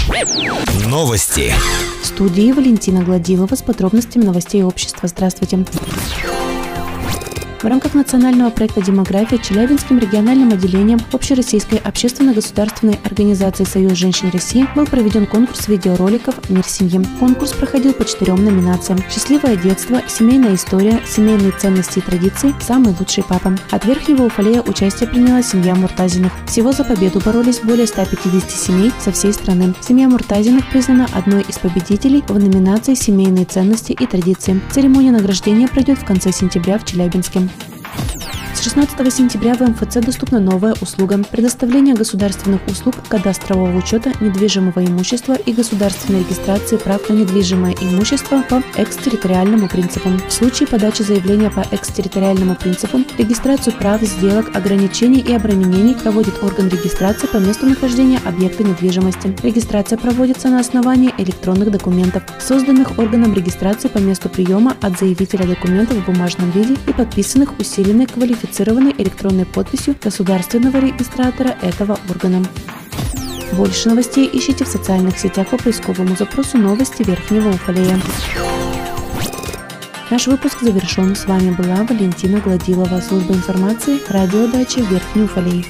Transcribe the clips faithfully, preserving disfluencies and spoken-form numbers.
Новости. В студии Валентина Гладилова с подробностями новостей общества. Здравствуйте. В рамках национального проекта «Демография» Челябинским региональным отделением Общероссийской общественно-государственной организации «Союз женщин России» был проведен конкурс видеороликов «Мир семьи». Конкурс проходил по четырем номинациям: «Счастливое детство», «Семейная история», «Семейные ценности и традиции», «Самый лучший папа». От Верхнего Уфалея участие приняла семья Муртазиных. Всего за победу боролись более ста пятидесяти семей со всей страны. Семья Муртазиных признана одной из победителей в номинации «Семейные ценности и традиции». Церемония награждения пройдет в конце сентября в Челябинске. С шестнадцатого сентября в эм эф цэ доступна новая услуга – предоставление государственных услуг кадастрового учета недвижимого имущества и государственной регистрации прав на недвижимое имущество по экстерриториальному принципу. В случае подачи заявления по экстерриториальному принципу регистрацию прав, сделок, ограничений и обременений проводит орган регистрации по месту нахождения объекта недвижимости. Регистрация проводится на основании электронных документов, созданных органом регистрации по месту приема от заявителя документов в бумажном виде и подписанных усиленной квалификацией электронной подписью государственного регистратора этого органа. Больше новостей ищите в социальных сетях по поисковому запросу «Новости Верхнего Уфалея». Наш выпуск завершен. С вами была Валентина Гладилова, служба информации, радиодача Верхний Уфалей.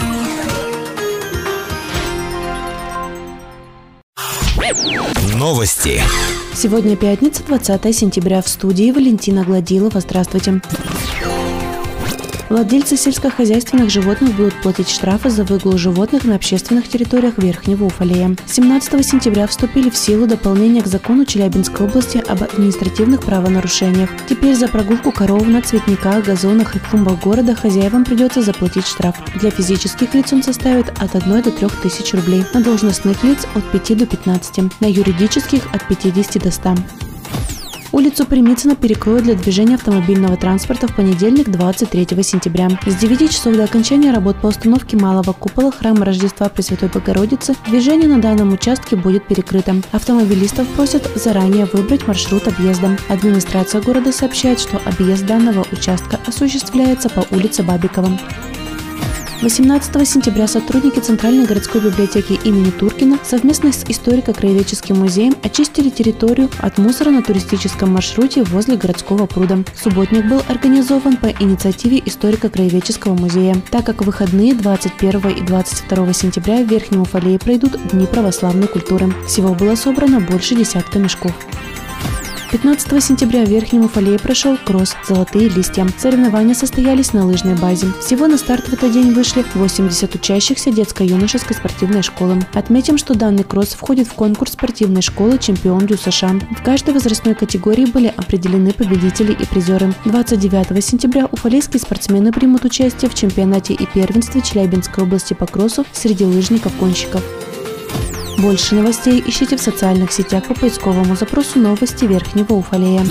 Новости. Сегодня пятница, двадцатое сентября. В студии Валентина Гладилова. Здравствуйте. Владельцы сельскохозяйственных животных будут платить штрафы за выгул животных на общественных территориях Верхнего Уфалея. семнадцатого сентября вступили в силу дополнения к закону Челябинской области об административных правонарушениях. Теперь за прогулку коров на цветниках, газонах и клумбах города хозяевам придется заплатить штраф. Для физических лиц он составит от одной до трех тысяч рублей, на должностных лиц от пяти до пятнадцати, на юридических от пятидесяти до ста. Улицу Примицына перекроют для движения автомобильного транспорта в понедельник, двадцать третьего сентября. С девяти часов до окончания работ по установке малого купола храма Рождества Пресвятой Богородицы движение на данном участке будет перекрыто. Автомобилистов просят заранее выбрать маршрут объезда. Администрация города сообщает, что объезд данного участка осуществляется по улице Бабикова. восемнадцатого сентября сотрудники Центральной городской библиотеки имени Туркина совместно с историко-краеведческим музеем очистили территорию от мусора на туристическом маршруте возле городского пруда. Субботник был организован по инициативе историко-краеведческого музея, так как в выходные двадцать первого и двадцать второго сентября в Верхнем Уфалее пройдут Дни православной культуры. Всего было собрано больше десятка мешков. пятнадцатого сентября в Верхнем Уфалее прошел кросс «Золотые листья». Соревнования состоялись на лыжной базе. Всего на старт в этот день вышли восемьдесят учащихся детско-юношеской спортивной школы. Отметим, что данный кросс входит в конкурс спортивной школы «Чемпион Дю США». В каждой возрастной категории были определены победители и призеры. двадцать девятого сентября уфалейские спортсмены примут участие в чемпионате и первенстве Челябинской области по кроссу среди лыжников-гонщиков. Больше новостей ищите в социальных сетях по поисковому запросу «Новости Верхнего Уфалея».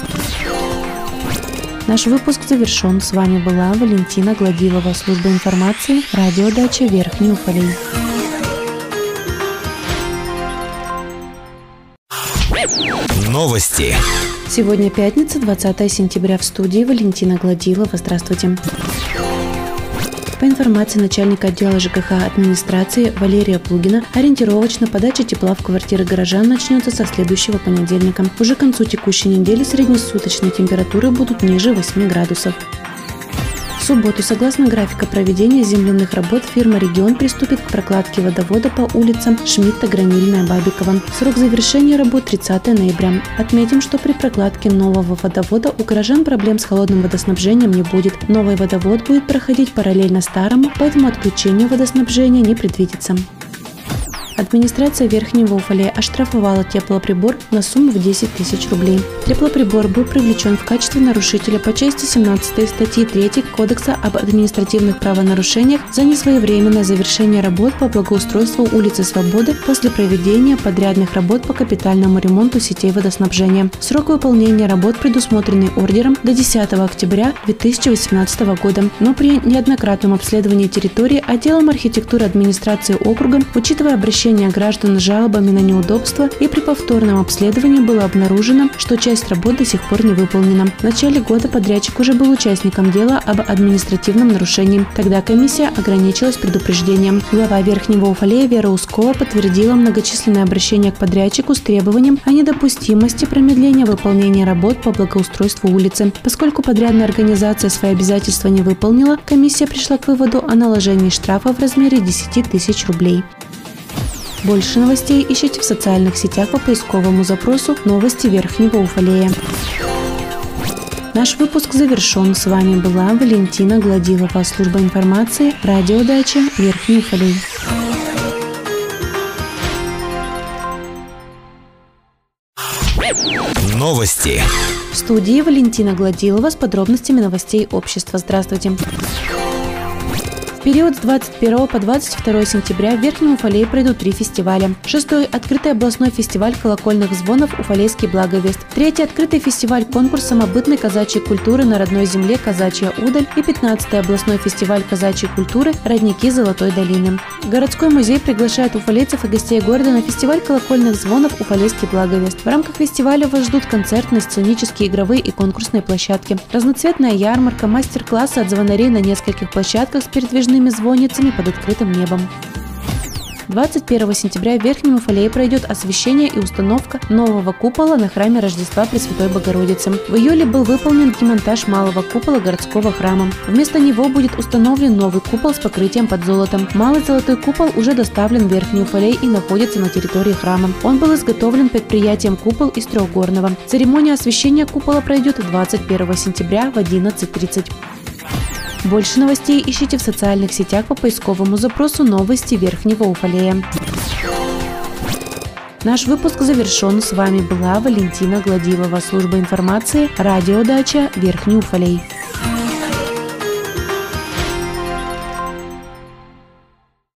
Наш выпуск завершен. С вами была Валентина Гладилова, служба информации, радиодача Верхний Уфалей. Новости. Сегодня пятница, двадцатое сентября. В студии Валентина Гладилова. Здравствуйте. По информации начальника отдела ЖКХ администрации Валерия Плугина, ориентировочно подача тепла в квартиры горожан начнется со следующего понедельника. Уже к концу текущей недели среднесуточные температуры будут ниже восьми градусов. В субботу, согласно графика проведения земляных работ, фирма «Регион» приступит к прокладке водовода по улицам Шмидта, Гранильная, Бабикова. Срок завершения работ тридцатое ноября. Отметим, что при прокладке нового водовода у горожан проблем с холодным водоснабжением не будет. Новый водовод будет проходить параллельно старому, поэтому отключению водоснабжения не предвидится. Администрация Верхнего Уфалея оштрафовала теплоприбор на сумму в десять тысяч рублей. Теплоприбор был привлечен в качестве нарушителя по части семнадцатой статьи третьей Кодекса об административных правонарушениях за несвоевременное завершение работ по благоустройству улицы Свободы после проведения подрядных работ по капитальному ремонту сетей водоснабжения. Срок выполнения работ, предусмотренный ордером, до десятого октября две тысячи восемнадцатого года, но при неоднократном обследовании территории отделом архитектуры администрации округа, учитывая обращение обращения граждан с жалобами на неудобства, и при повторном обследовании было обнаружено, что часть работ до сих пор не выполнена. В начале года подрядчик уже был участником дела об административном нарушении. Тогда комиссия ограничилась предупреждением. Глава Верхнего Уфалея Вера Ускова подтвердила многочисленные обращения к подрядчику с требованием о недопустимости промедления выполнения работ по благоустройству улицы. Поскольку подрядная организация свои обязательства не выполнила, комиссия пришла к выводу о наложении штрафа в размере десяти тысяч рублей. Больше новостей ищите в социальных сетях по поисковому запросу «Новости Верхнего Уфалея». Наш выпуск завершен. С вами была Валентина Гладилова, служба информации, радиодача Верхний Уфалей. Новости. В студии Валентина Гладилова с подробностями новостей общества. Здравствуйте. В период с двадцать первого по двадцать второе сентября в Верхнем Уфалее пройдут три фестиваля. Шестой – открытый областной фестиваль колокольных звонов «Уфалейский благовест». Третий – открытый фестиваль-конкурс самобытной казачьей культуры на родной земле «Казачья удаль». И пятнадцатый – областной фестиваль казачьей культуры «Родники Золотой долины». Городской музей приглашает уфалейцев и гостей города на фестиваль колокольных звонов «Уфалейский благовест». В рамках фестиваля вас ждут концертные, сценические, игровые и конкурсные площадки, разноцветная ярмарка, мастер-классы от звонарей на нескольких площадках с передвижными звонницами под открытым небом. двадцать первого сентября в Верхнем Уфалее пройдет освящение и установка нового купола на храме Рождества Пресвятой Богородицы. В июле был выполнен демонтаж малого купола городского храма. Вместо него будет установлен новый купол с покрытием под золотом. Малый золотой купол уже доставлен в Верхний Уфалей и находится на территории храма. Он был изготовлен предприятием «Купол» из трехгорного. Церемония освящения купола пройдет двадцать первого сентября в одиннадцать тридцать. Больше новостей ищите в социальных сетях по поисковому запросу «Новости Верхнего Уфалея». Наш выпуск завершен. С вами была Валентина Гладилова, служба информации, радиодача Верхний Уфалей.